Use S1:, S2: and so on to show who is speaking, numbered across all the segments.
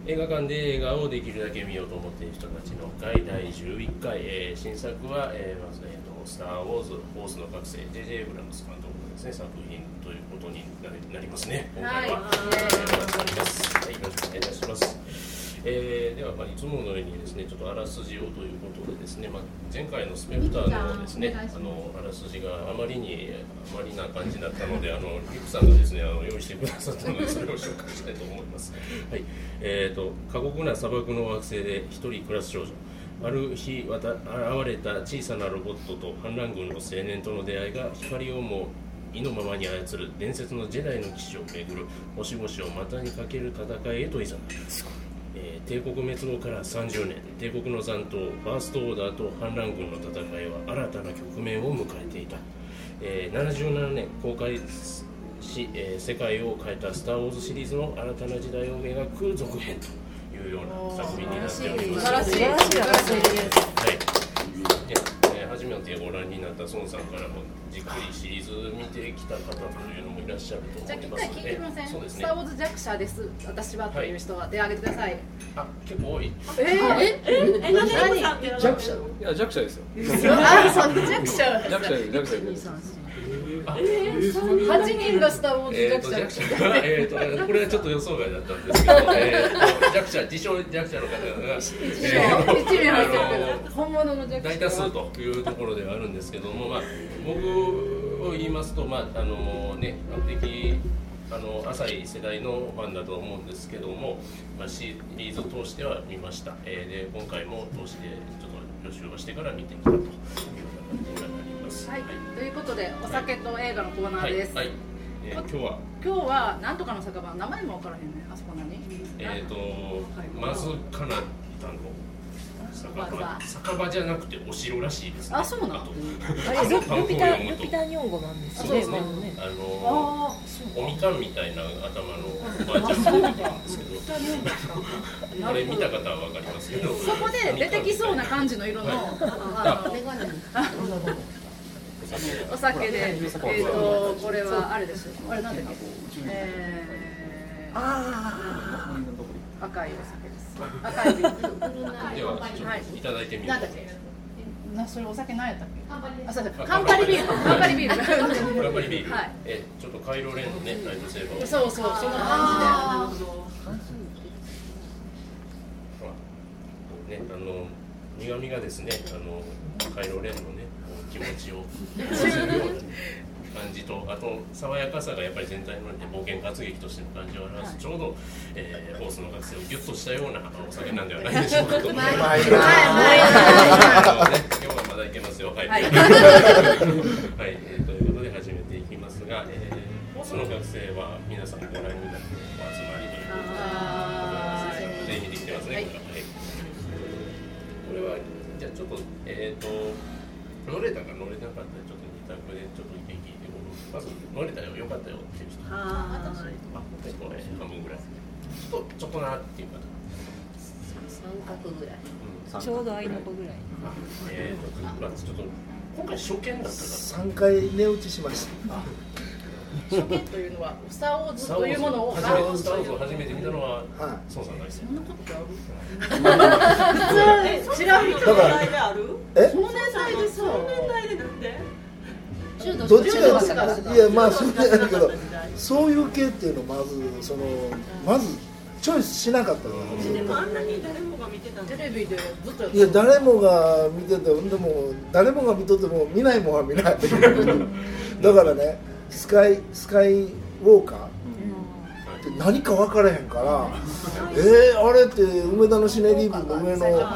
S1: 映画館で映画をできるだけ見ようと思っている人たちの会第11回、新作は、まず、スター・ウォーズ・フォースの覚醒 J.J. エイブラムス監督のですね、作品ということになりますね。今回は、はい、よろしくお願いいたします。では、いつものようにですね、ちょっとあらすじをということでですね、前回のスペクターのですね、あらすじがあまりな感じだったので、リクさんがですね、用意してくださったので、それを紹介したいと思います。はい、過酷な砂漠の惑星で一人暮らす少女。ある日現れた小さなロボットと反乱軍の青年との出会いが光をも意のままに操る伝説のジェダイの騎士をめぐる星々を股にかける戦いへといざなう。帝国滅亡から30年、帝国の残党ファーストオーダーと反乱軍の戦いは新たな局面を迎えていた。77年公開し、世界を変えたスター・ウォーズシリーズの新たな時代を描く続編というような作品になっております。
S2: 素晴らしい。
S1: はい。初めてご覧になった孫さんからもじっくりシリーズ見てきた方というのもいらっしゃると思いますので。じゃあ聞いてみません。そうですね。
S2: スター・ウォーズ弱者です私はという人は手を挙げてください。
S1: あ、結構多い。
S2: 何？
S3: 弱者？いや弱者ですよ。
S2: あ、その弱者。
S3: 弱者。
S2: 8人がスター・ウォーズ弱者。
S1: これはちょっと予想外だったんですけど、弱者、自称弱者の方が
S2: 1名入ってるけど、本物の弱者
S1: 大多数というところではあるんですけども、僕を言いますと、比較的浅い世代のファンだと思うんですけども、シリーズを通しては見ました。で今回も通してちょっと予習をしてから見てきたというような感じになります。
S2: はい、ということでお酒と映画のコーナーです。
S1: 今日は
S2: なんとかの酒場、名前も分からへんね。あそこ何？
S1: まずかなたの酒場じゃなくてお城らしいですね。
S2: あ、そうなの。
S4: ルピタニョン語なんですね。
S1: おみかんみたいな頭のおばあちゃんが出てくるんですけど、これ見た方はわかりますけど、
S2: そこで出てきそうな感じの色のお酒で、これはあれですよ。あれなんだっけ？赤いお酒です。赤いビール。
S1: では、いただいてみよう。
S2: それお酒何やったっけ？カンパリビール。カンパリビール。
S1: カンパリビール。はい。ちょっとカイロレンのね、ライトセーバーを。
S2: そう、その感じで。
S1: ね、苦味がですね、カイロレンのね、気持ちをさせるような感じと、あと爽やかさがやっぱり全体の冒険活劇としての感じを表す、ちょうど、フォースの学生をギュッとしたようなお酒なんではないでしょうかと。今日はまだいけますよ。はい。はい、ということで始めていきますが、フォースの学生は皆さんご覧になってお集まりということで、見てきてますね。はい。これはじゃあちょっと乗れたか乗れなかったらちょっと2択でちょっと意見聞いて、まず乗れたよ、よかったよっていう人、半分ぐらい、ちょっとなっていう方、
S4: 3角ぐらい、
S3: ちょうど
S4: 合いの子ぐらい。
S1: ちょっと今回初見だったから
S5: 3回寝落ちしました。
S2: 初見というのはスター・ウォーズというものを
S1: スター・ウォーズを初めて見たのは孫さんだけです。
S2: そんなことある？知らん人の年代である？その年代でそう。その年代でなんで？
S5: どっちかいやそうじゃないけど、そういう系っていうのまずチョイスしなかったから。
S2: でもあんなに誰もが見てたの。テレビでずっとやってた。
S5: いや誰もが見てて、でも誰もが見とっても見ないもんは見ない。だからね、スカイウォーカーって何か分からへんから、あれって梅田のシネリーブの上の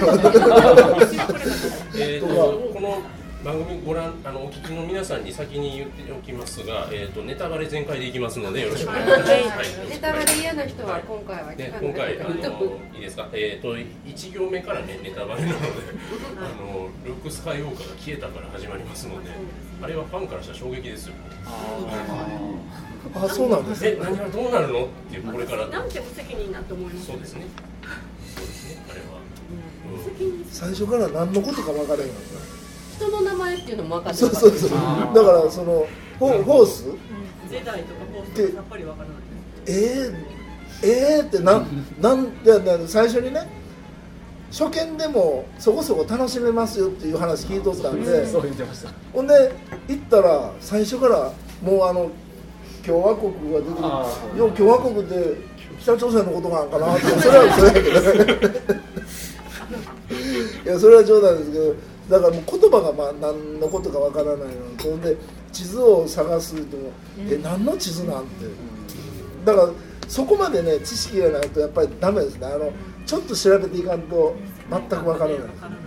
S1: この番組ご覧お聞きの皆さんに先に言っておきますが、ネタバレ全開でいきますのでよろしくお願いします。
S4: ネタバレ嫌な人は今回は聞かない。
S1: 今回いいですか。1行目からねネタバレなので、ルック・スカイウォーカーが消えたから始まりますので、あれはファンからしたら衝撃ですよ。
S5: あ、そうなんですね。
S1: 何がどうなるのっていう、これから
S2: なんて無責任なと思います。
S1: そうですね。あれは
S5: 最初から何のことか分からへんかった。
S4: 人の名前っていうのも分かる。
S5: そう。だからそのフォース
S2: 世代とかフォースってやっぱり分からない。
S5: ってなんで最初にね初見でもそこそこ楽しめますよっていう話聞いとったんで、
S3: そう言ってました。
S5: ほんで行ったら最初からもう共和国が出てきて、でも共和国で北朝鮮のことなんかなってそれはそれやけどねいやそれは冗談ですけど、だからもう言葉が何のことかわからないのと、ほんで地図を探すとも何の地図なんて、だからそこまでね知識がないとやっぱりダメですね。ちょっと調べていかんと全くわからない。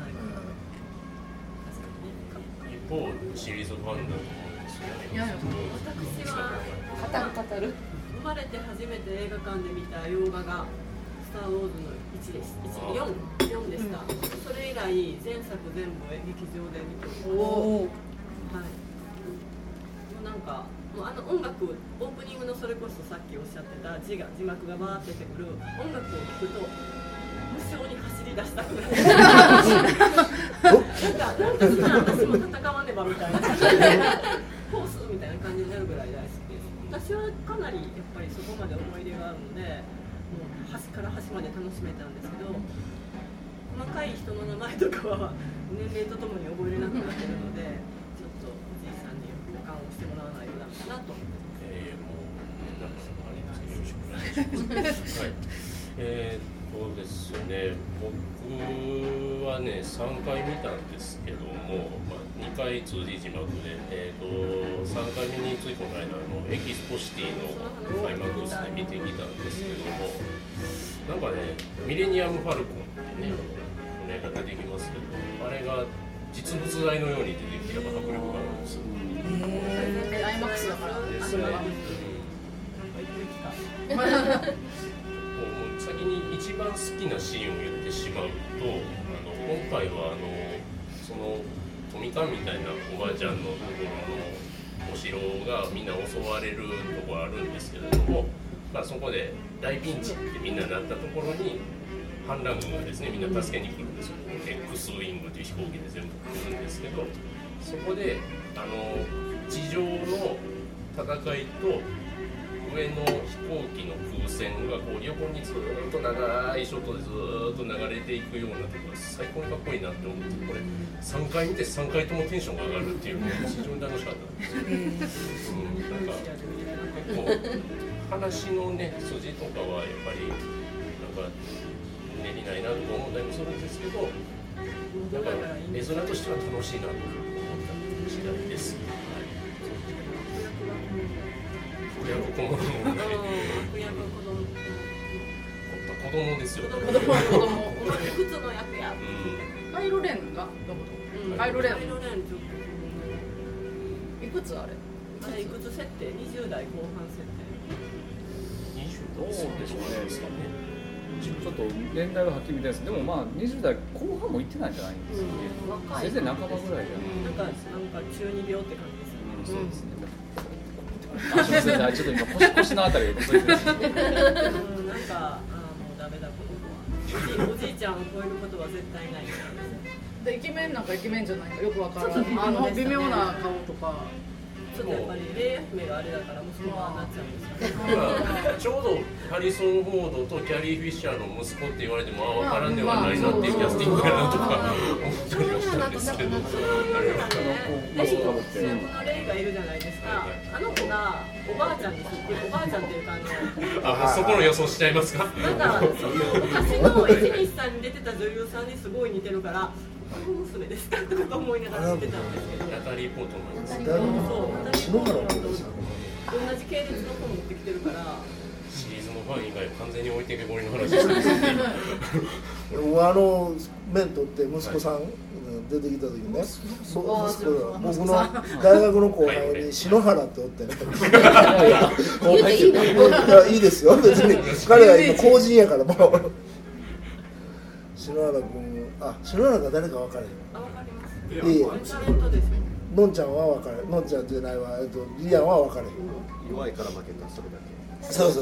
S1: 一方シリーズファンだと思うんですよね。
S2: いや
S6: 私は
S2: 語る
S6: 生まれて初めて映画館で見た洋画がスター・ウォーズの1です。4でした。それ以来前作全部劇場で見ております。はい。なんかもう音楽オープニングのそれこそさっきおっしゃってた字幕がバーって出てくる音楽を聴くと無性に走り出したくなるなんか私も戦わねばみたいなコースみたいな感じになるぐらい大好きです。私はかなりやっぱりそこまで思い出があるのでもう端から端まで楽しめたんですけど、細かい人の名前とかは年齢とともに覚えれなくなってるのでちょっとおじいさんに保管をしてもらわないとダメかなと思ってます。
S1: もうなんかありますけどよろしくお願いします。はい。そうですね。僕はね3回見たんですけども、2回 2D 字幕で、3回目についこの間エキスポシティのアイマックスで見てきたんですけども、なんかねミレニアム・ファルコンってね船が出てきますけど、あれが実物大のように出てきてやっぱ迫力があるんですよ。
S2: アイマックスだから
S1: ですね。先に一番好きなシーンを言ってしまうと、今回はそのトミカンみたいなおばあちゃんのところのお城がみんな襲われるところあるんですけれども、そこで大ピンチってみんななったところに反乱軍がですねみんな助けに来るんですよ。X ウィングという飛行機で全部来るんですけど、そこで地上の戦いと上の飛行機の風船がこう横にずっと長いショットでずっと流れていくようなところが最高にかっこいいなって思って、これ3回見て3回ともテンションが上がるっていうのが非常に楽しかったんですよ。なんか結構話のね筋とかはやっぱりなんか練りないなとか思ったりもするんですけど、なんか絵面としては楽しいなと思った次第です。子供ですよ。
S2: 子供
S6: いくつの役や。
S2: アイロレンがアイロレンいくつあれ？
S6: あれいくつ設定？20代後半設定。
S3: どうでしょうね。ちょっと年代ははっきり見たいです。でも20代後半もいってないんじゃないんですかね。全然半ばぐらいじゃない。
S6: なんか中二病って感じですね。
S3: そうですね。ちょっと今腰のあたりが細いです。
S6: なんかもうダメだこの子は。おじいちゃんを超えることは絶対ない。
S2: でイケメンなんかイケメンじゃないかよくわからない。微妙な顔とか。
S6: ちょっとやっぱりレイヤ姫があれだから息子がなっちゃうんですかね。
S1: ちょうどハリソン・フォードとキャリー・フィッシャーの息子って言われても分からんではないなっていうキャスティングやなとか思ったりはしたんですけど、
S6: レイがいるじゃないですか。あの子がおばあちゃんにそっくり、おばあちゃんっていうか
S1: そこの予想しちゃいますか。
S6: なんかその昔の123に出てた女優さんにすごい似てるから。娘ですかとか思いながら見てたんですけど、
S1: ナタリー・ポートマンです。
S5: 篠原君ですよ。
S6: 同じ系列の子持ってきてるから。
S1: シリーズのファン以外完全に置いてけぼりの話してるんですけど。
S5: メントって息子さん出てきた時にね、僕の大学の後輩に篠原っておってね。いいですよ別に。彼は今公人やからもう。篠原君。篠原が誰か分かれへん。
S6: 分かります。
S5: いい。のんちゃんは分かれ。のんちゃんじゃないわ。リアンは分かれへん。
S7: 弱いから負けたそれだけ。
S5: そう。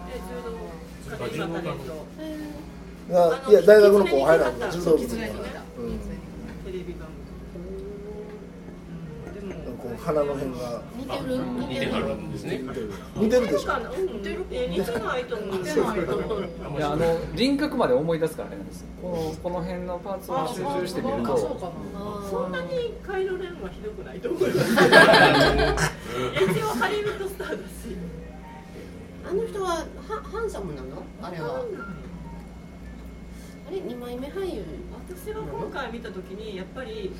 S6: い
S5: や大学の後輩なんだ。柔道部の。
S6: テレビ番組。
S5: この鼻の辺が
S1: 似てはるんですね。
S5: 似てるでしょ。
S6: 似てないと思う。
S3: いや輪郭まで思い出すからね。この辺のパーツを集中してみると、
S6: そんなにカイロレンはひどくないと思います。一応ハリウッドスターだし。
S8: あの人はハンサムなの？あれは。あれ2枚目俳優。
S6: 私が今回見たときにやっぱり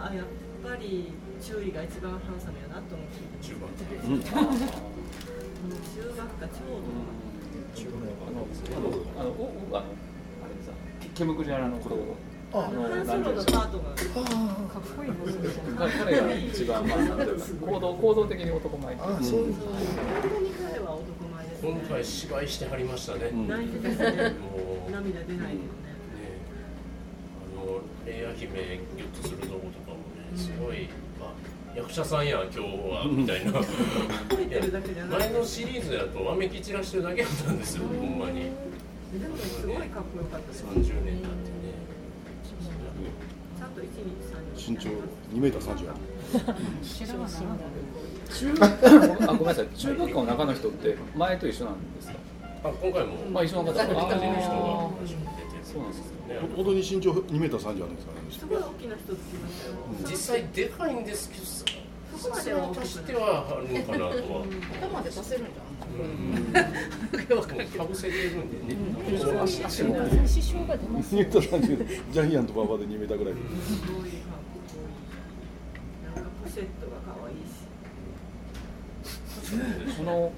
S6: 注意が一番ハンサムやなと思って。中学かちょうど。
S3: あれさ、ケムクジャラの子。
S6: ハンソロのパートがかっ
S2: こいいの
S3: 彼が一番まあなんていうか行動的に男前。
S5: あ、そういう。
S6: 本当に彼は男前ですね。
S1: 今回芝居してはりましたね。
S6: 泣いてですね。涙出ないよね。
S1: レイア姫ギュッとするとことかもね、すごい、役者さんや今日はみたいな。前のシリーズだとわめき散らしてるだけだったんですよ、ほんまに。
S6: でもすごいかっこよかったです。
S1: 30年経ってね。
S6: ちゃんと1、2、3
S7: 身長2m30。
S3: ごめんなさい、中学校の中の人って前と一緒なんですか？
S1: 今回も
S3: 一緒の方が。
S1: そうなんですよね。
S7: 本当に身長2m30あるんですかね。
S6: すごい大きな人って言いましたよ。
S1: 実際でかいんですけど、そこまでは足してはあるのかなとは。
S2: 頭で足せるんじゃん。
S1: かぶせてるんでね。
S3: 足も
S4: 支障が出ます。
S7: 2m30、ジャイアント馬場で2mぐらい。
S6: すごいかっこいい。なんかポシェットが可愛いし。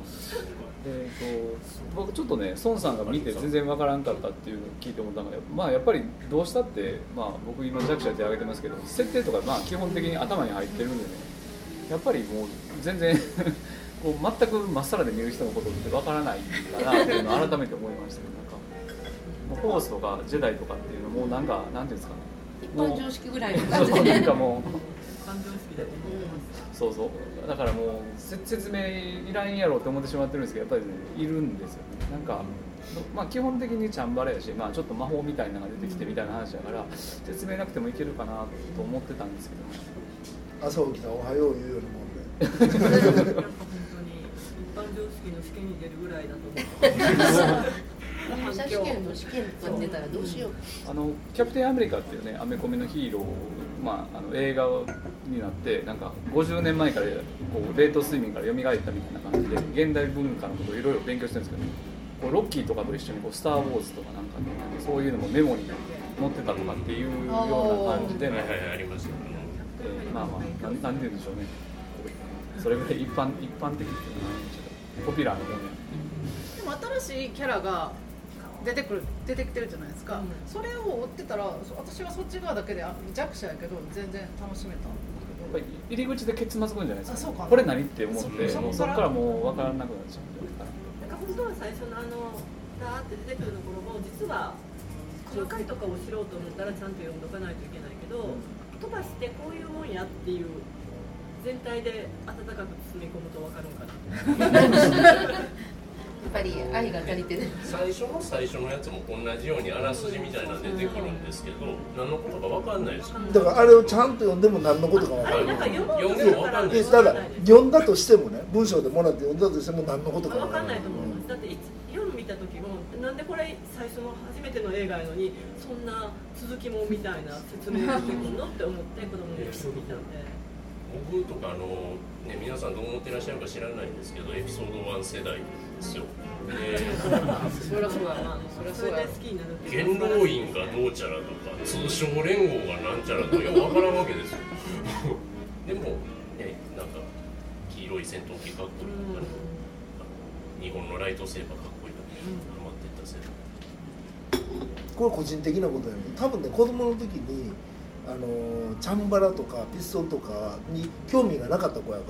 S6: 僕ちょっとね、孫さんが見て全然わからんかったっていうのを聞いて思ったのが、まあやっぱりどうしたって、僕今弱者で手挙げてますけど、設定とか基本的に頭に入ってるんでね、やっぱりもう全然こう全くまっさらで見る人のことってわからないんだなっていうのを改めて思いましたけど、フォースとかジェダイとかっていうのもなんかなんていうんですかね、
S8: 一般常識ぐらいの感じで。
S3: なんかもう。
S6: 一般常識だと思います。
S3: そうだからもう説明いらんやろうって思ってしまってるんですけど、やっぱりねいるんですよね。なんか基本的にチャンバラやし、ちょっと魔法みたいなのが出てきてみたいな話だから説明なくてもいけるかなと思ってたんですけど、
S5: 朝起きたらおはよう言うようなもんで。
S6: やっぱ本当に一般常識の試験に出るぐらいだと思う。
S8: 試験の試験とか出たらどうしよう。
S3: キャプテンアメリカっていうね、アメコミのヒーロー、映画になってなんか50年前からこう冷凍睡眠から蘇ったみたいな感じで現代文化のことをいろいろ勉強してるんですけど、こうロッキーとかと一緒にスター・ウォーズとかなんか、そういうのもメモに載ってたとかっていうような感じで、
S1: ありますよね。
S3: なんて言うんでしょうね、それぐらい一般的っていうのはポピュラーなもんや。
S2: でも新しいキャラが出てきてるじゃないですか、それを追ってたら私はそっち側だけで弱者やけど全然楽しめたんだけど、
S3: 入り口で結末くんじゃないですか。
S2: か
S3: これ何って思って、もうそこからもう分からなくなっちゃうんじゃないかな。
S6: なんか本当は最初のダーって出てくるところも実は細かいとかを知ろうと思ったらちゃんと読んどかないといけないけど、飛ばしてこういうもんやっていう全体で温かく包み込むと分かるんかな。
S8: やっぱり愛が足りてる。
S1: 最初のやつも同じようにあらすじみたいなの出てくるんですけど、何のことか分かんないですよ。
S5: だからあれをちゃんと読んでも何のことか分からない。
S1: 読んでも分かんないです。
S5: ただ読んだとしてもね、文章でもらって読んだとしても何のことか
S6: 分かんないと思います。だって夜見た時もなんでこれ最初の初めての映画やのにそんな続きもみたいな説明が出てくるのって思って子供の時見たんで。
S1: 僕とか皆さんどう思ってらっしゃるか知らないんですけど、エピソード1世代ですよ。
S2: それはそうやな。
S6: それで好きになるっていう。
S1: 元老院がどうちゃらとか、通商連合がなんちゃらとかよくわからんわけですよ。でもなんか黄色い戦闘機かっこいいとかね、日本のライトセーバーかっこいいとかハマっていった世代。
S5: これ個人的なことやね。多分ね、子供の時にチャンバラとかピストルとかに興味がなかった子やから、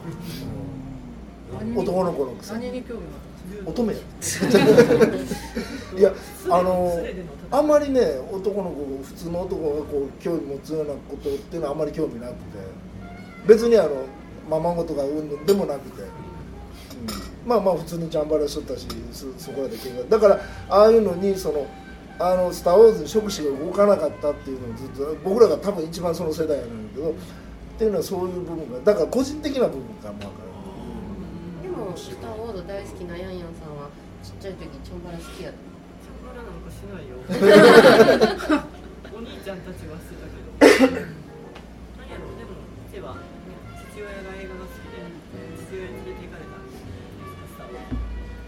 S5: 男の子のくせに
S2: 何に興味があった？
S5: 乙女やいやあんまりね、男の子普通の男がこう興味持つようなことっていうのはあんまり興味なくて、別にママごとかうんぬんでもなくて、普通にチャンバラしとったし、そこらで喧嘩だから、ああいうのにスター・ウォーズに触手が動かなかったっていうのをずっと僕らが多分一番その世代なんだけど、 っていうのはそういう部分がだから個人的な部分かもわから
S8: でもスター・ウォーズ大好きなヤンヤンさんはちっちゃい時チャンバラ好きやった。
S6: チャンバラなんかしないよお兄ちゃんたちはしてたけど何やろう。でもうちは、ね、父親が映画が好きで父親に連れて行かれたんですスター・ウォーズ。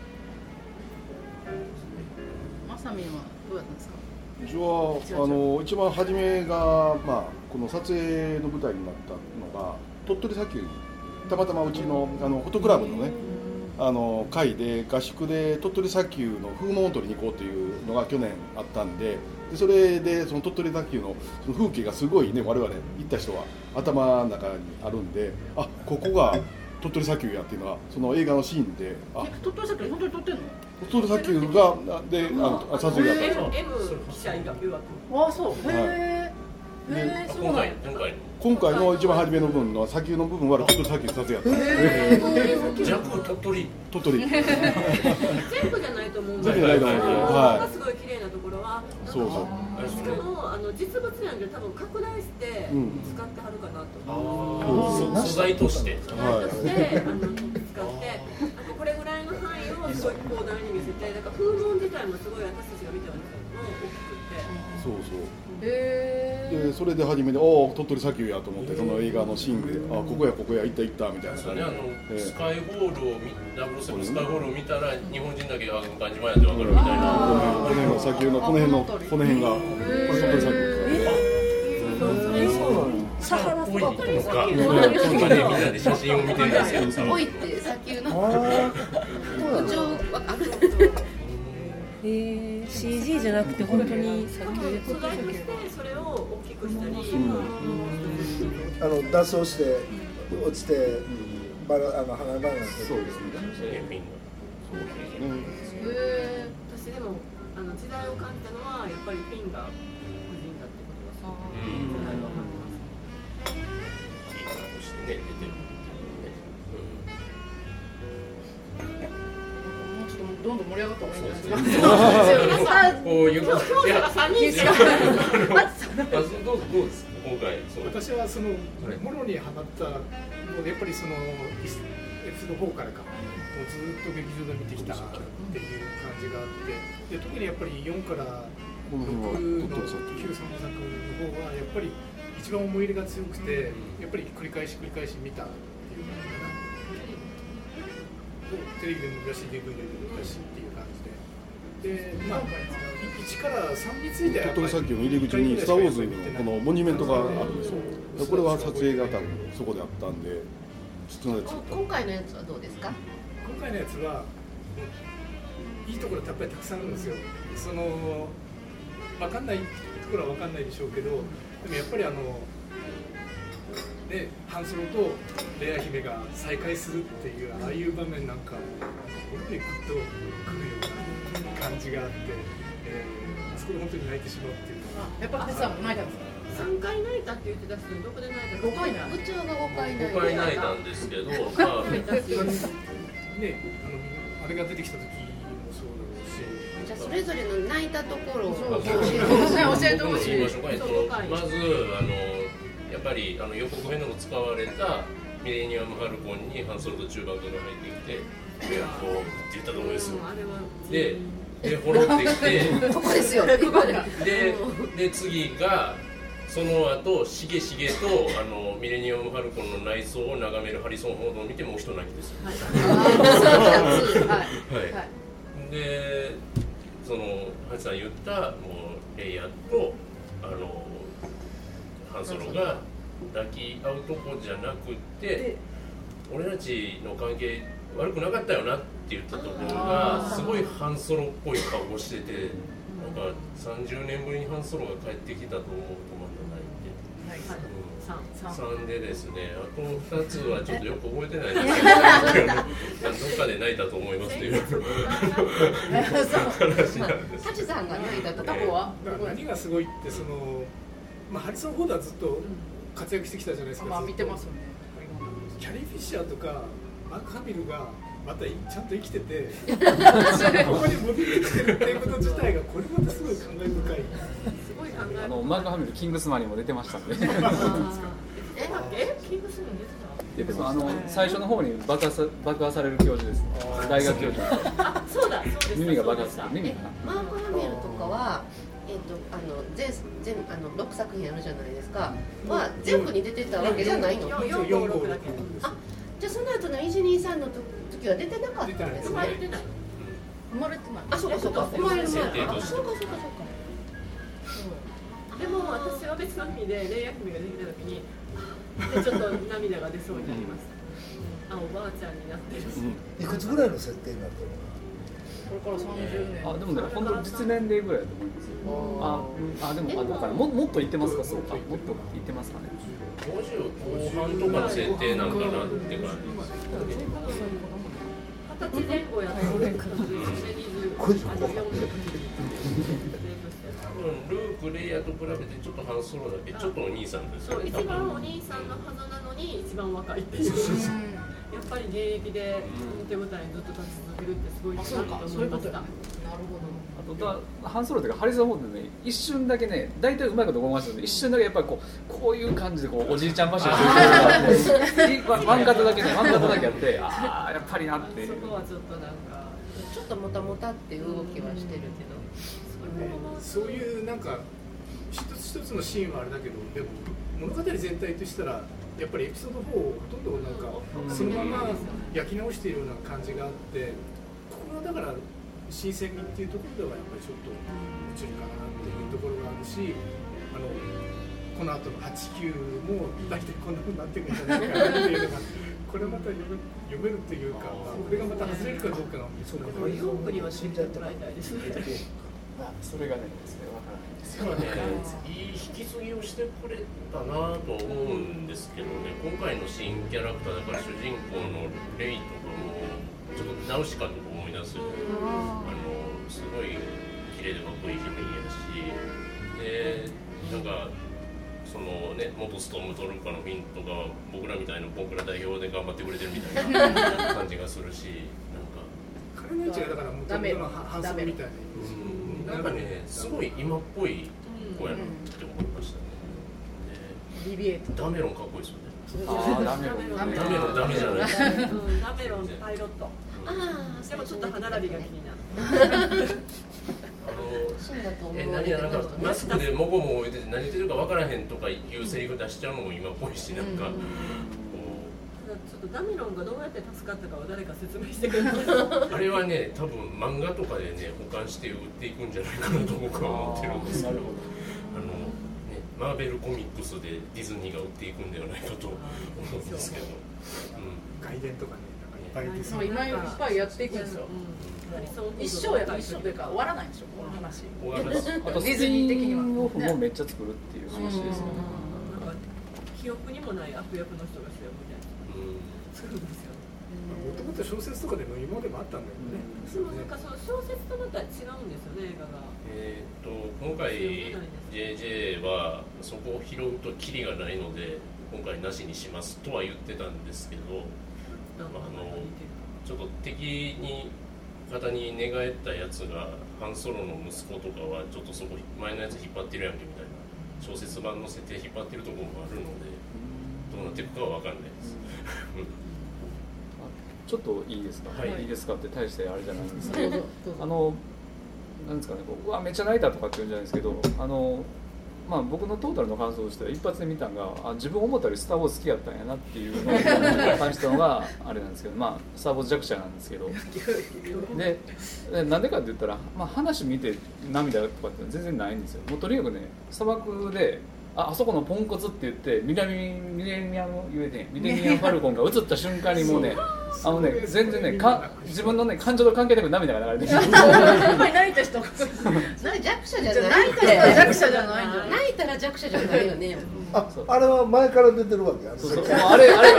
S2: まさみんはどうやったんですか？
S7: うちは一番初めが、まあ、この撮影の舞台になったのが鳥取砂丘にたまたまうちのフォトクラブのね会で合宿で鳥取砂丘の風紋を撮りに行こうというのが去年あったんで、それでその鳥取砂丘のその風景がすごいね、我々行った人は頭の中にあるんで、あ、ここが鳥取砂丘やっていうのはその映画のシーンで、あ、
S2: 鳥取砂丘本当に撮ってんの？
S7: 鳥取砂丘がで撮影があったんですよ。
S6: M 記者が曰く。
S2: ああ、そう。へえ。そうなんや。
S7: 今回の一番初めの部分の砂丘の部分は鳥取砂丘で撮影やったんです。
S1: 弱鳥
S7: 取。
S6: 全部じゃないと思うんだけど、
S7: 全部じゃないと思うんですよ。はい。
S6: すごい綺麗なところは、
S7: そうそう。
S6: しかも実物なんで多分拡大して使ってはるかなと思う。
S1: 素材として。
S6: 使って、これぐらいの範囲をすごい広大に見せて、だから風紋自体もすごい私たちが見てるの大きくて。
S7: そうそう。でそれで初めて鳥取砂丘やと思って、その映画のシーンでここや行ったみたいな。
S1: スカイホールを007スカイホールを見たら日本人だけが軍艦島やってわかるみたいな。
S7: この辺の砂丘のこの辺がこれ鳥取砂丘。
S4: サハラ砂漠ですか？
S1: みんなで写真を見てるんですけどさ。
S8: おいって砂丘の特徴わかる。
S4: CG じゃなくて本当に砂丘で撮ってるけど、
S6: それを大きくしたり、
S5: 脱走して落ちて花々が
S7: そうですね。
S6: 私でも時代を感じたのはやっぱりフィンが夫人だってことがすごい時代が分かります。
S1: いいからとしてね出てる。
S2: どんどん盛り上がった方がいいんじゃないですか。
S1: こういうこと。いや、
S6: 3人しか。
S1: どうですか今回。
S9: 私はそのものにハマったのでやっぱりそのエピソード4からかずっと劇場で見てきたっていう感じがあって、で特にやっぱり4から6の旧3部作の方はやっぱり一番思い入れが強くて、やっぱり繰り返し見たっていう感じかな。テレビでも見たし DVD でも見たしっていう感じで、まあ1から3については
S7: 鳥取砂丘の入り口にスター・ウォーズのこのモニュメントがあるんですよ。これは撮影が多分そこであったんで、
S8: 今回のやつはどうですか？
S9: 今回のやつはいいところやっぱりたくさんあるんですよ。その分かんないところは分かんないでしょうけど、でもやっぱりね、ハンソロとレア姫が再会するっていうああいう場面なんか本当にグッとくるような感じがあって、あそこで本当に泣いてしまうっていうのは。
S2: やっぱりさんも泣いたんですか
S6: ？3回泣いたって言ってた人にどこで泣いた
S2: ？5回泣いた。
S8: 部長が5回泣いた。
S1: 5回泣いたんですけど、
S9: ね、あれが出てきた時もそうだろうし。
S8: じゃあそれぞれの泣いたところを教
S2: えてほしい。
S1: まずやっぱり予告編でも使われたミレニアム・ハルコンにハンソロと中学が入ってきて、こうって言ったと思うんですよ。でほろってきて、
S8: ここですよ。
S1: で次がその後しげしげとミレニアム・ハルコンの内装を眺めるハリソン・フォードを見てもう一泣きです。でそのハチさん言ったもうレイヤーとハンソロが抱き合うとこじゃなくて、俺たちの関係悪くなかったよなって言ったところがすごいハンソロっぽい顔をしてて、なんか30年ぶりにハンソロが帰ってきたと思うとまた泣いて。3でですね、あと2つはちょっとよく覚えてないですけど、どっかで泣いたと思いますという話なんです。
S8: ハチさんが泣いたところは
S9: 何がすごいってハリソン・フォードはずっと活躍してきたじゃないですか。
S2: まあ見てますよね。
S9: キャリー・フィッシャーとかマーク・ハミルがまたちゃんと生きててここに戻ってきてるっていうこと自体がこれまたすごい感慨深い。
S6: すごい考え
S3: マーク・ハミルキングスマンにも出てましたんで。
S6: 出たっけ？キングスムーン出てた？
S3: 最初の方に爆破される教授です。大学教授。
S6: あ、そうだ、そうです。
S3: 耳が爆発する。耳か
S8: マーク・ハミルとかは6作品あるじゃないですか。は全部に出てたわけじゃないの？
S6: 4、5、6だけ。
S8: あ、じゃあその後の123の時は出てなかったんですね。
S2: 生まれてない。
S8: あ、そうかそうか。生まれる前。あ、そうか。
S6: でも私は別の意味でレイヤクミができた時にちょっと涙が出そうになりました。あ、おばあちゃんになってる。
S5: いくつぐらいの設定になってるの？
S2: これから30年。
S3: あ、でもね、本当実年齢ぐらいだと思いますよ。でもだからもっと言ってますか、そうか、もっと言ってますかね。
S1: 50後半とかの設定なんかなって感じです。
S6: 20歳前後やったら
S1: ルーク・レイヤーと比べてちょっとハンソロだけちょっとお兄さんですよね。
S6: 一番お兄さんのはずなのに一番若いっていう。やっぱり現役で手応えにずっと立ち続けるってすごいなと思いました。なる
S3: ほど。あとハンソロというかハリソン・フォードね、一瞬だけね、大体うまいことごましてるんで、一瞬だけやっぱりこういう感じでおじいちゃん走りする人があって、ワンカットだけあって、やっぱりなっていう。
S6: そこはちょっとなんか
S8: ちょっともたもたっていう動きはしてるけど。
S9: そういうなんか一つ一つのシーンはあれだけど、でも物語全体としたらやっぱりエピソード4をほとんどなんかそのまま焼き直しているような感じがあって、ここはだから新鮮味っていうところではやっぱりちょっと落ちるかなっていうところがあるし、この後の8、9も大体こんな風になっていくんじゃないかなっていうのがこれまた読めるっていうか、これがまた外れるかどうかが
S6: 4区には死んじゃってもらいたいですね。
S3: それがね、わからないんですよ。
S1: いい引き継ぎをしてくれたなと思うんですけどね、今回の新キャラクターだから主人公のレイとかもちょっとナウシカとか思い出すよね。すごい綺麗でかっこいい姫やし、でなんかそのね、元ストームトルーパーのフィンとか僕らみたいなボンクラ代表で頑張ってくれてるみたいな感じがするし、
S9: 彼の位置がだから元々の反則みたいな。
S1: なんかね、すごい今っぽい子やなって思いましたね。
S2: ビビエイト。
S1: ダメロンかっこいいですよね。
S3: ダメロン
S1: ダメじゃない。
S6: ダメロンパイロット。でもちょっと歯並びが気になる。
S1: 何やなんかマスクでもごもご言ってて何言ってるか分からへんとかいうセリフ出しちゃうのも今っぽいし、なんか。
S6: ちょっとダメロンがどうやって助かったかは誰か説明してくれますか？
S1: あれはね、多分漫画とかでね、保管して売っていくんじゃないかなと僕は思ってるんですけど、ね、マーベルコミックスでディズニーが売っていくんではないかと思うんですけど、
S9: 外伝とかね、なんかいっぱい出て
S2: 今いっぱいやっていくんですよ。一生というか終わらないでしょ、この話。
S3: あとディズニー的にはオフもめっちゃ作るっていう話ですよね。
S6: 記憶にもない悪役の人が主役みたいな。作るんですよ。
S9: もともと小説とかでも今までもあったんだよね。
S6: でもなんかその小説とまた違うんですよね、映画が。
S1: 今回 JJ はそこを拾うとキリがないので今回なしにしますとは言ってたんですけど、ちょっと敵に方に寝返ったやつがハンソロの息子とかはちょっとそこ前のやつ引っ張ってるやんけみたいな小説版の設定引っ張ってるところもあるのでどうなっていくかは分かんないです。
S3: ちょっといいですか、
S1: はい、
S3: いいですかって大してあれじゃないんですけどなんですかね、うわめっちゃ泣いたとかって言うんじゃないですけど、僕のトータルの感想としては一発で見たのが自分思ったよりスター・ウォーズ好きやったんやなっていうのを感じたのがあれなんですけど、スター・ウォーズ弱者なんですけどでなんでかって言ったら、話見て涙とかって全然ないんですよ。もうとにかくね、砂漠であそこのポンコツって言ってミレニアムファルコンが映った瞬間にもうね全然ね自分のね感情と関係なく涙が流れてきて
S2: 泣いた人
S8: それ弱者じゃない
S2: 泣いたら弱者じゃないんだよ。
S8: 泣いたら弱者じゃないよね。
S5: あれは前から出てるわけや。
S3: そうあれが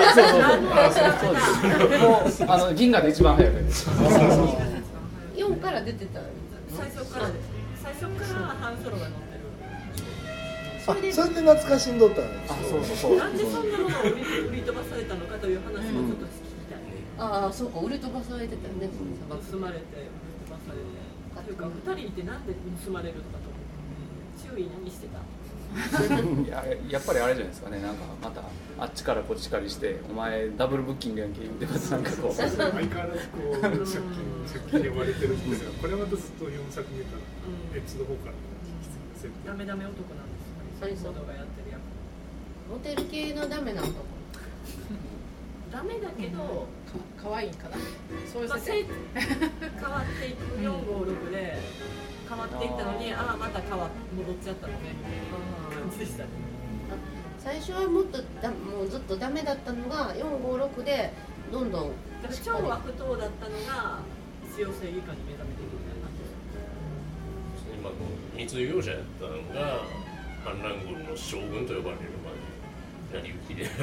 S3: そうですもう銀河で一番早くです
S8: 4から出てた。
S6: 最初からハンソロが乗ってる。
S5: それで懐かしんどったんです
S6: よ。なんでそんなものを売り飛ばされたのかという話もちょっと聞きたい。
S8: そうか、売り飛ばされてたね。
S6: 盗まれて売り飛ばされて。というか2人いてなんで盗まれるとかと思って注意何してた？
S3: やっぱりあれじゃないですかね、なんかまたあっちからこっちからしてお前ダブルブッキングやんけ言ってまたなんかこう
S9: 相変わらずこう借金で追われてるんですが、これまたずっと4作目からエピソード4から
S6: ダメダメ男なんですよね。がやってる役。
S8: モテる系のダメな男。
S6: ダメだけど
S2: 可愛いかな。そういう
S6: 変わっていく456で変わっていったのに、ああまた戻っちゃったのね。感じでしたね。
S8: 最初はもっともうずっとダメだったのが456でどんどん
S6: 超悪党だったのが一応正義感に目覚めていくみたいな。
S1: 今の密輸業者やったのが反乱軍の将軍と呼ばれるまで成り行きで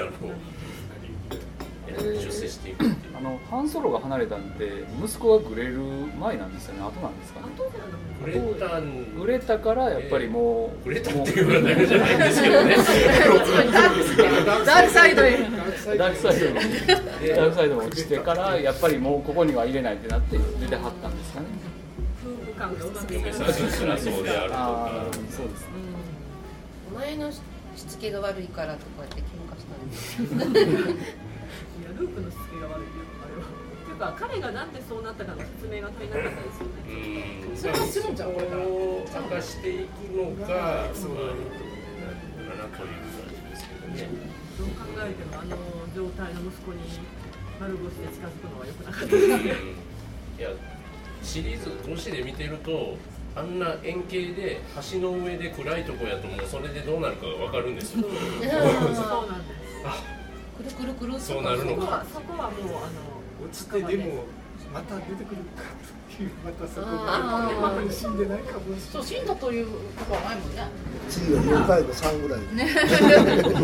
S1: 出世していくっていう。
S3: ハンソロが離れたんで息子がグレる前なんですよね、後なんですかね。グレたからやっぱりもう
S1: グレたっていうのはダメじゃないんですけどね。
S2: ダークサイドに
S3: ダークサイドも落ちてからやっぱりもうここには入れないってなって出てはったんですかね。
S1: 嫁さんがそうであるとか。
S3: そうですね。
S8: お前のしつけが悪いからとかって喧嘩したんです。
S6: いやルークのしつけが悪いよあれは。っていうか彼がなんでそうなったかの説明が足りなかったですよね。
S2: それはするんじゃんこれから。
S1: 明かしていくのか、そうなのかという感じですけどね。
S6: どう考えても状態の息子に丸腰で近づくのは良くなかったですね。
S1: いやシリーズ通しで見てると。あんな円形で橋の上で暗いとこやともうそれでどうなるかが分かるんですよ。
S6: そうなんです。
S8: くるくるくる
S1: そうなるのか。
S6: そこはもう
S9: 落ちてでもまた出てくるかっていうまたそこがまだ死んでないかもしれない。
S2: そう死んだということはないもんね。
S5: 次は4回の3ぐらいで。
S6: ね。半ソロ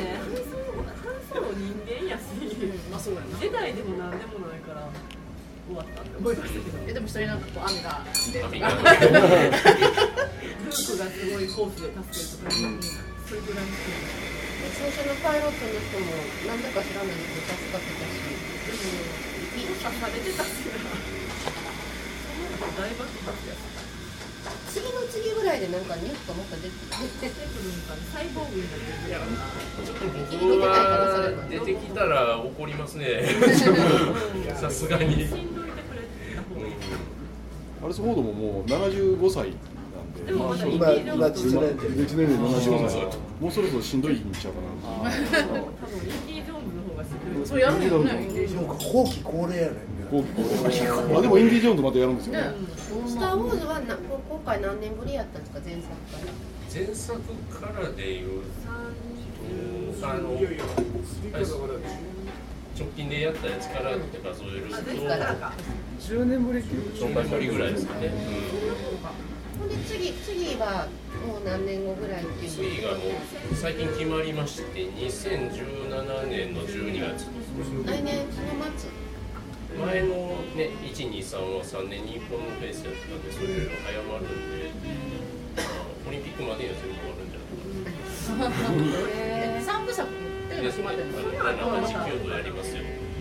S6: 人間やし、
S2: まあそうやな。
S6: ジェダイでもなんでもないから。終わったって思いましたけど。
S2: でも一人なんかこう網が
S6: ルークがすごいコースで助けるとか、それぐらい
S8: 最初のパイロットの人もなんだか知らないけど助かってたし、
S6: でも刺されてたしな。その後大爆発や。
S8: 次の次ぐらいでなんかニュッともっと出てくる
S6: んかね。サイボーグになってる。
S1: ちょっと僕は出てきたら怒りますね。さすがに。
S7: ハリソン・フォードももう75歳なんで、
S5: 今実年齢
S7: 75歳、もうそろそろしんどいんちゃうかな。
S6: 多分インディ・ジョーンズの方がしんどい。
S2: そうやるんだよね。
S5: 後期高齢やねん。
S7: まあでもインディ・ジョーンズまたやるんですよね。
S8: スター・ウォーズは今回何年ぶりやったんですか、前作から。
S1: 前作からでいう直近でやったやつからって数えると
S3: 10年ぶりっていう
S1: 10年ぶりぐらいですかね。
S8: ほんで次はもう何年後ぐらいっていう。
S1: 次がもう最近決まりまして、2017年の12月。
S8: 来年その末。
S1: 前のね1、2、3は3年に1本のペースやったんで、それよりも早まるんで、オリンピックまでには全部終わるんじゃないかな。
S2: 3部作っていうの決まってるんですよ。
S1: 7、8、9とやりますよ。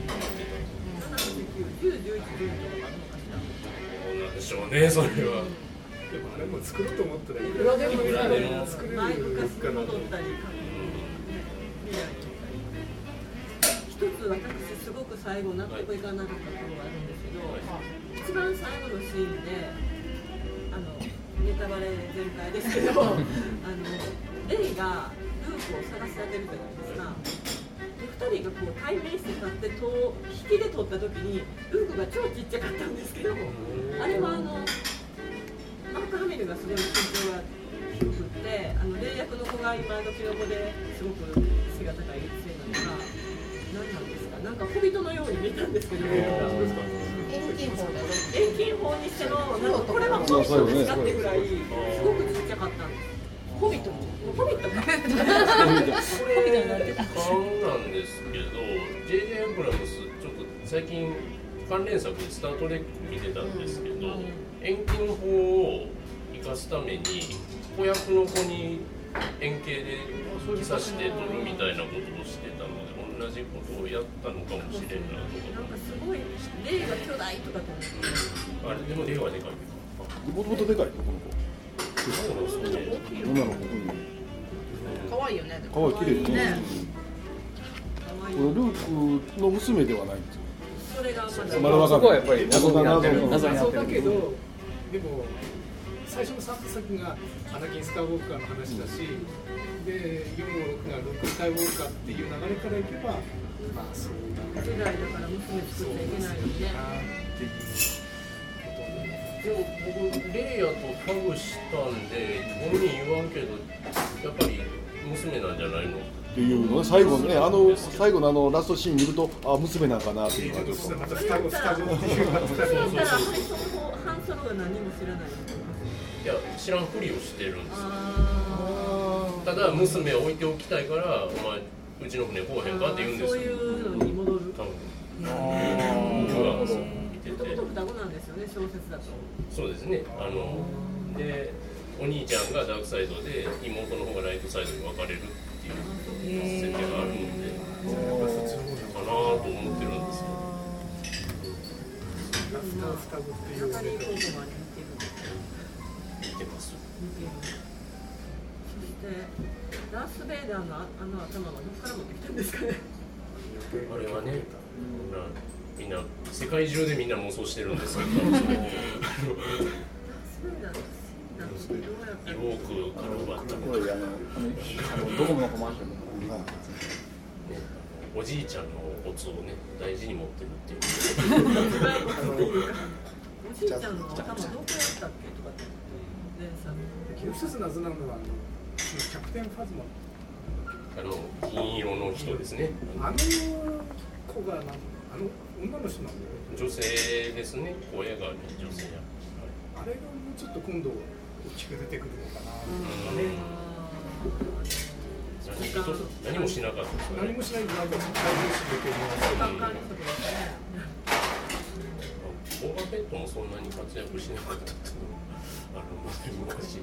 S6: 7、8、9、10、11、12とか
S1: どうなんでしょうね、それは。
S9: でもあれも作ろうと思ったらい
S6: くらでも
S9: 作れる
S6: 前昔に戻ったり、未来に。一つ私すごく最後納得いかなかったところがあるんですけど、一番最後のシーンでネタバレ全開ですけどレイがルークを探し当てるじゃないですか。で2人がこう対面して立って引きで撮った時にルークが超ちっちゃかったんですけど、あれはマーク・ハミルがすごい身長が低くって霊役の子が今時の子ですごく背が高いせいなのか何なんですか、なんか小人のように見えたんですけど、遠近法にしてのなんかこれは小人ですかってぐらいすごくちっちゃかったんです。ホビットかホビットになってた。
S1: なんですけど J.J. アブラムスちょっと最近関連作でスタートレック見てたんですけど、遠近法を生かすために子役の子に円形で着させて撮るみたいなことをしてたので、同じことをやったのかもしれんなとか。
S6: なんかすごい霊が巨大とかと思って。
S1: あれでも霊はでかい。
S7: もともとでかいのこの子。
S1: そうですね。
S7: 女の子。
S2: 可愛いよね。
S7: 可愛い綺麗ね。
S2: ね。
S7: ルークの娘ではないんですよ。
S6: それが
S7: まだ分かんない。
S3: そこはやっぱり謎になってる。謎にな
S9: そう
S3: ってる。
S9: だけど、でも最初の3部作がアナキン・スカイウォーカーの話だし、で456がルーク・スカイウォーカーっていう流れからいけば、まあそういう
S6: 世代だから娘作っちゃいけないよね。
S1: でも僕レイヤとハグしたんで本人言わんけどやっぱり娘なんじゃないの
S7: っていうのね、最後ね、最後のラストシーン見ると、あ、娘なんかなっていうのがちょっと。
S9: またスタジオっていうか、
S6: ハンソロが何も知らない。
S1: いや知らんふりをしてるんですよ。ただ娘を置いておきたいからお前うちの船来おへんかって言うんですよ。
S6: そういうのに戻る。
S1: 多分。
S6: もともと双子なんですよね、小説だと。
S1: そうですね。でお兄ちゃんがダークサイドで妹の方がライトサイドに分かれるっていう設定があるので、かなと思ってるんですよ。
S9: 双子っていう。
S6: ナタリー・ポートマンに似てるんですよ。
S1: 似てます。
S6: 似てる。そしてダース・ベイダーの頭はどこから持ってきたんですかね。
S1: あれはね、みんな世界中でみんな妄想してるんですけど、イボークから奪った
S3: これドコモのコマーシャルの
S1: おじいちゃんのオツをね大事に持ってるっていう。
S6: おじいちゃんの頭どこやったっけとかって
S9: もう一つ謎なのはキャプテンファズマ。
S1: 銀色の人ですね。
S9: あの子が女の人なんだよ。
S1: 女性ですね。声がね女性や。
S9: あれがもうちょっと今度大きく出てくるのかな。
S1: 何もしなかったですよね。
S9: 何もしないでなんか
S1: ボーバペットもそんなに活躍しなかったっていうのがあるので昔。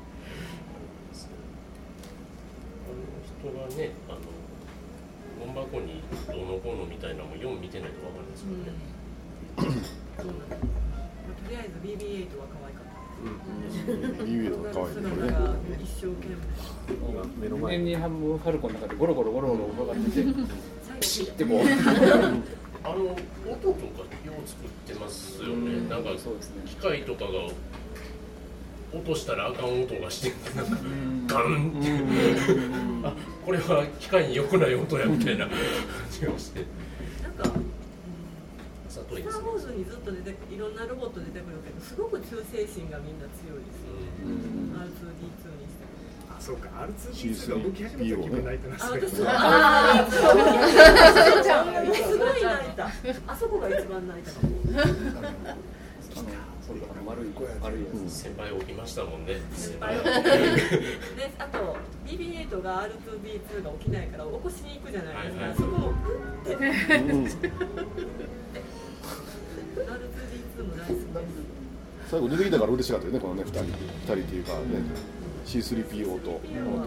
S1: 人がね、ゴン箱にどうのこうのみたいなのも4見てないと分かるんですけどね。
S6: とりあえず BB8 は可愛かった。
S7: BB8 が可愛いですね。
S6: 一生懸命。
S7: 目の前
S3: にハムファルコンの中でゴロゴロ転がってて、ピシッてこう。
S1: 音とかよう作ってますよね。なんか機械とかが落としたらあかん音がしてなんかガンってあ、これは機械に良くない音やみたいな感じがして。
S6: なんかスター・ウォーズにずっといろんなロボット出てくるけど、すごく忠誠心がみんな強いですよね。R2D2 にしても。
S9: あ、そうか、R2D2 が動き始めた時も泣いてましたけど。
S6: すごい泣いた。あそこが一番泣いたかも。
S1: 先輩起きましたもんね。
S6: 先輩で、あと BB8 が R2D2 が起きないから起こしに行くじゃないですか。そこをって。R2D2 も大好きです。
S7: 最後出てきたから嬉しかったよね、このね2人っていうかね、C3PO と。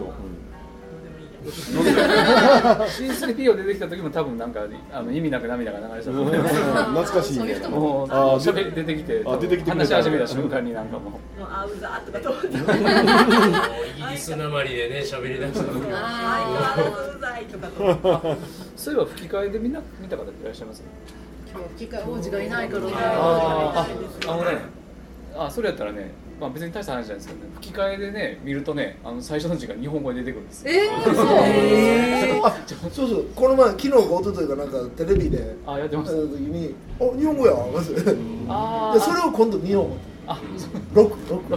S3: C3PO 出てきた時も多分なんか意味なく涙が流れちゃった
S7: 懐かしいね。
S3: もう出てきて話し始めた瞬間になんかもう
S6: あうざーとかと思ってイ
S1: ギリスなまりでね喋り出したの
S6: あうざいとかと
S3: そういえば吹き替えで見た方いらっしゃいます？
S2: 吹き替え王子がいないからね。
S3: それやったらね、まあ別に大した話じゃないですけどね、吹き替えでね見るとね、最初の字が日本語で出てくるんですよ。
S5: そうそう、この前昨日か一昨日かなんかテレビで
S3: やってました
S5: 時に日本語やまずでそれを今度見よう。6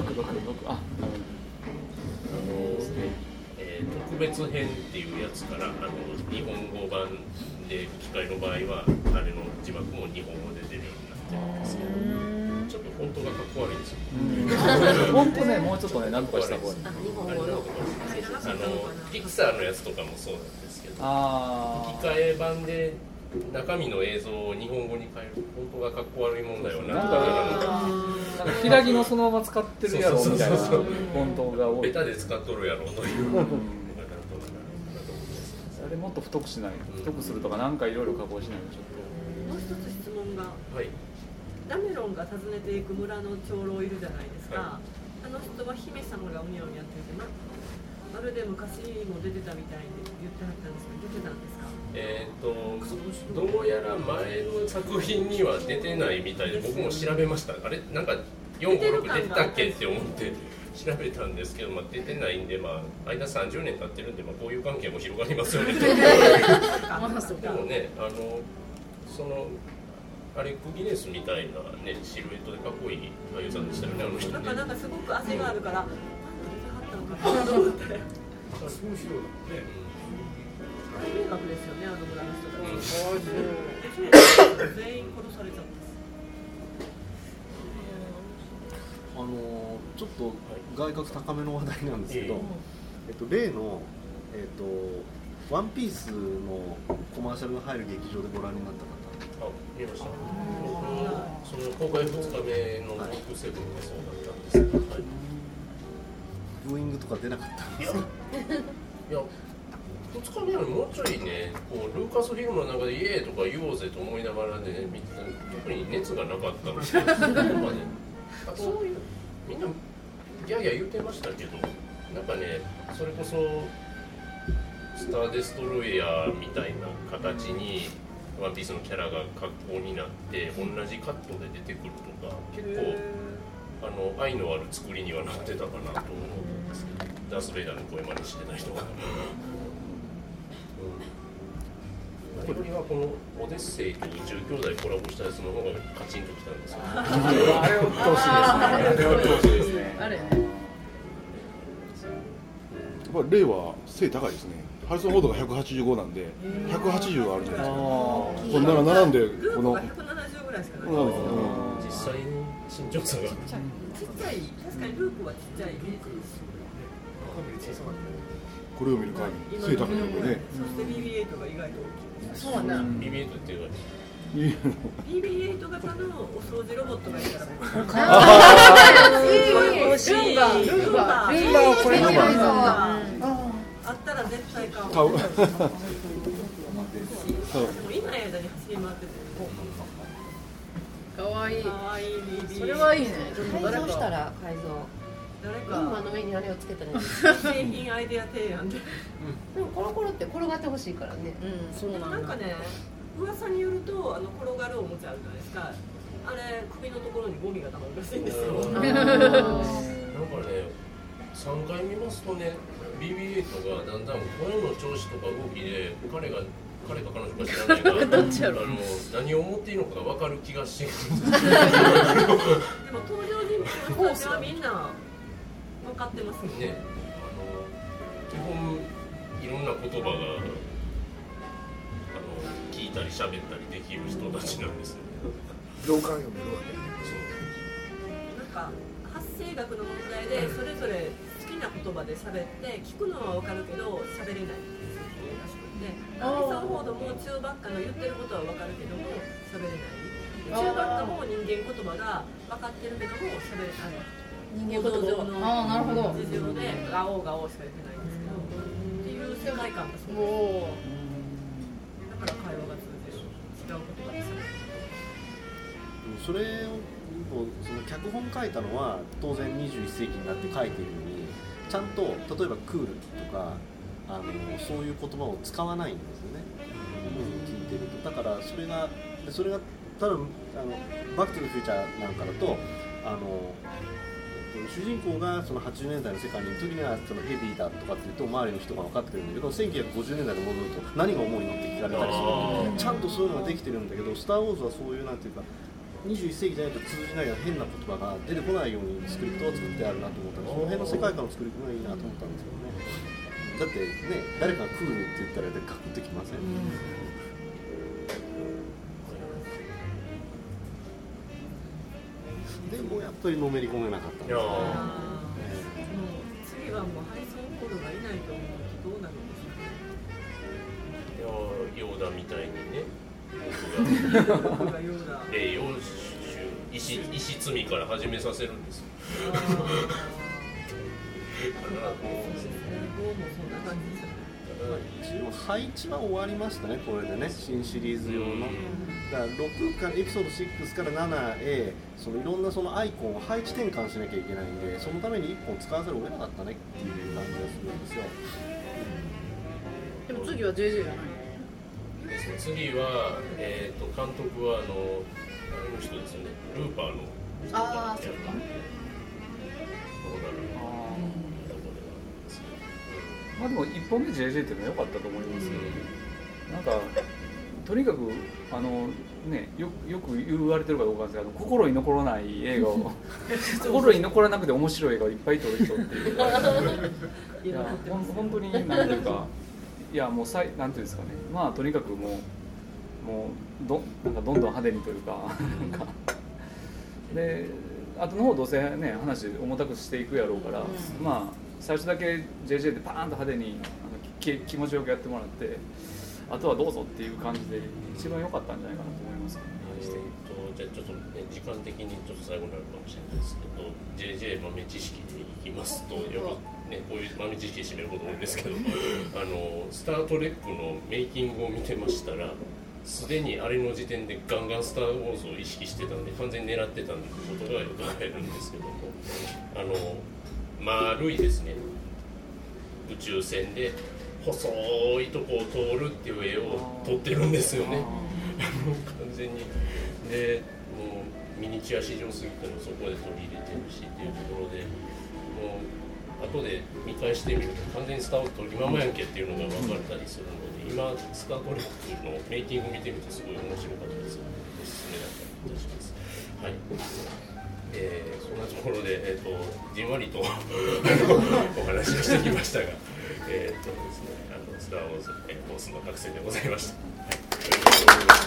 S1: 特別編っていうやつから日本語版で吹き替えの場合はあれの字幕も日本語で出るようになってるんですけど。ちょっとフォントがかっこ悪いですよ。
S3: フォントね、もうちょっとね、なんとかした方がいい。
S1: ピクサーのやつとかもそうなんですけど、吹き替え版で中身の映像を日本語に変えるフォントがかっこ悪いもんだよな。なん
S3: か平木のそのまま使ってるやろみたいなフォントが多い。
S1: ベタで使っとるやろという。
S3: あれもっと太くしない、太くするとかなんかいろいろ加工しないとちょっと。
S6: もう一つ質問が。
S1: はい。
S6: ダメロンが訪ねていく村の長老いるじゃないですか。あの人は姫様がうにゃうにゃって言ってまるで昔も出てたみたいに言ってはったんですけど、出てたんですか？
S1: どうやら前の作品には出てないみたいで、僕も調べました。あれなんか456出てたっけって思って調べたんですけど、出てないんで、間30年経ってるんで、こういう関係も広がりますよね。でもね、そのアレック・ギネスみたいな、ね、シルエットでかっこいい俳優さんでしたよね、あの人ね。
S6: なんかすごく汗があるから、なんで出てはったのかなと思って。
S9: すごい白だもんね。
S6: 大迷惑ですよね、あの村の人たち。全員殺されちゃった。
S10: ちょっと外角高めの話題なんですけど、例のワンピースのコマーシャルが入る劇場でご覧になった方。
S1: 見ました。その公開2日目のロックセブンがそうだったんですが、
S10: ブーイングとか出なかったんですか？
S1: いや、2日目よりもうちょいね、ルーカスフィルムの中でイエーとか言おうぜと思いながらね、特に熱がなかったので、あとみんなギャーギャー言ってましたけど、なんかね、それこそスター・デストロイヤーみたいな形にワンピースのキャラが格好になって同じカットで出てくるとか、結構愛のある作りにはなってたかなと思うんですけど、ダース・ベイダーの声真似してた人が。よりはこのオデッセイと宇宙兄弟コラボしたやつの方がカチンときたんですよ。
S3: あれをってほしいですね。あれをってほしいですね。
S2: あれね。
S7: やっぱ例は背高いですね。ハリソン・フォードが185なんで、180があるじゃないですか。こんなの並んでこの
S6: 170ぐらいしかない。
S1: 実際に身長差が
S6: ちっちゃい、確かにルークはちっちゃいイメージです。
S7: これを見る限り背高いよね。
S6: そして BB8 が意外と大きい。
S2: そうね。
S1: BB8 っていうか。
S6: BB8 型のお掃除ロボットがいたら
S2: ルンバをこれに
S6: あったら絶対買う。
S7: 買う。
S6: 今の間に走り回ってて。
S2: かわいい。
S6: BB8。
S2: それはいいね。
S8: 改造したら改造。
S6: 誰か
S8: ルンバの上にあれをつけたらいい。
S6: 製品アイデア提案で。
S8: でもコロコロって転がってほしいからね。
S2: そう
S6: なんかね、噂によると転がるおもちゃあるじゃないですか。あれ首のところにゴミが溜まるらしいんですよ。
S1: なんかね、3回見ますとね、BB8 がだんだん声の調子とか動きで彼か彼女か知らないが何を思っていいのかが分かる気がしてくるんです。でも
S6: 登場人物の人たちはみんな分かってますね。
S1: 基本いろんな言葉が聞いたり喋ったりできる人たちなんですよね。
S5: 行間読めるわけ。
S6: なんか発声学の問題でそれぞれ好きな言葉で喋って聞くのは分かるけど喋れないっていう設定らしくて、ハリソン・フォードも中ばっかの言ってることは分かるけども喋れない。中ばっかも人間言葉が分かってるけども喋れない。人間言葉の事情でガオーガオーしか言ってないんですけどっていう世界観がすごい。だから会話が通じる。違うことがですね。
S10: それをその脚本書いたのは当然21世紀になって書いているのにちゃんと例えばクールとかそういう言葉を使わないんですよね、聞いてると。だからそれが多分バック・トゥ・ザ・フューチャーなんかだと主人公がその80年代の世界にいる時にはそのヘビーだとかって言うと周りの人が分かってくるんだけど、1950年代に戻ると何が重いのって聞かれたりする。ちゃんとそういうのができてるんだけど、スター・ウォーズはそういうなんていうか21世紀じゃないと通じないような変な言葉が出てこないようにスクリプトを作ってあるなと思ったんで、その辺の世界観を作り込むのがいいなと思ったんですけどね。だってね、誰かがクールって言ったらガクッときません、でもやっぱりのめり込めなかったんですよね。
S6: 次はもうハリソン・フォードがいないと思うとどうなるんですかね。
S1: ヨーダみたいにね、
S6: 僕がヨーダ
S1: 栄養石積みから始めさせるんですよ。
S6: そうですね、僕もそんな感じですよね。
S10: 一応配置は終わりましたね、これでね、新シリーズ用の。だから6からエピソード6から 7A、そのいろんなそのアイコンを配置転換しなきゃいけないんで、そのために1本使わざるを得なかったねっていう感じがするんですよ。
S2: でも次は JJ じゃない
S1: ですね。次は、監督はあの人ですよね、ルーパーの人がやるか。
S3: まあでも1本目 JJ っていうのは良かったと思いますよ、なんかとにかくね、よく言われてるかどうかですけど、心に残らない映画を心に残らなくて面白い映画をいっぱい撮る人っていういや本当になんていうか、いやもうなんていうんですかね、まあとにかくもうなんかどんどん派手にというかなんかで、あとの方どうせね話重たくしていくやろうから、まあ最初だけ JJ でパーンと派手に気持ちよくやってもらって、あとはどうぞっていう感じで一番良かったんじゃないかなと思います。
S1: じゃあちょっと、ね、時間的にちょっと最後になるかもしれないですけど、 JJ 豆知識でいきますと、よく、ね、こういう豆知識で締めること多いんですけどスター・トレックのメイキングを見てましたら、すでにあれの時点でガンガンスター・ウォーズを意識してたんで、完全に狙ってたことが伺えるんですけども、丸いですね、宇宙船で細いとこを通るっていう絵を撮ってるんですよね完全に。でもうミニチュア市場すぎてもそこで取り入れてるしっていうところで、もう後で見返してみると完全にスター・ウォーズ撮りままやんけっていうのが分かったりするので、今スター・トレックのメイキング見てみてすごい面白かったです。おすすめだったりいたします。はい、そんなところで、じんわりとお話をしてきましたが、ですね、スター・ウォーズ、コースの学生でございました。はい。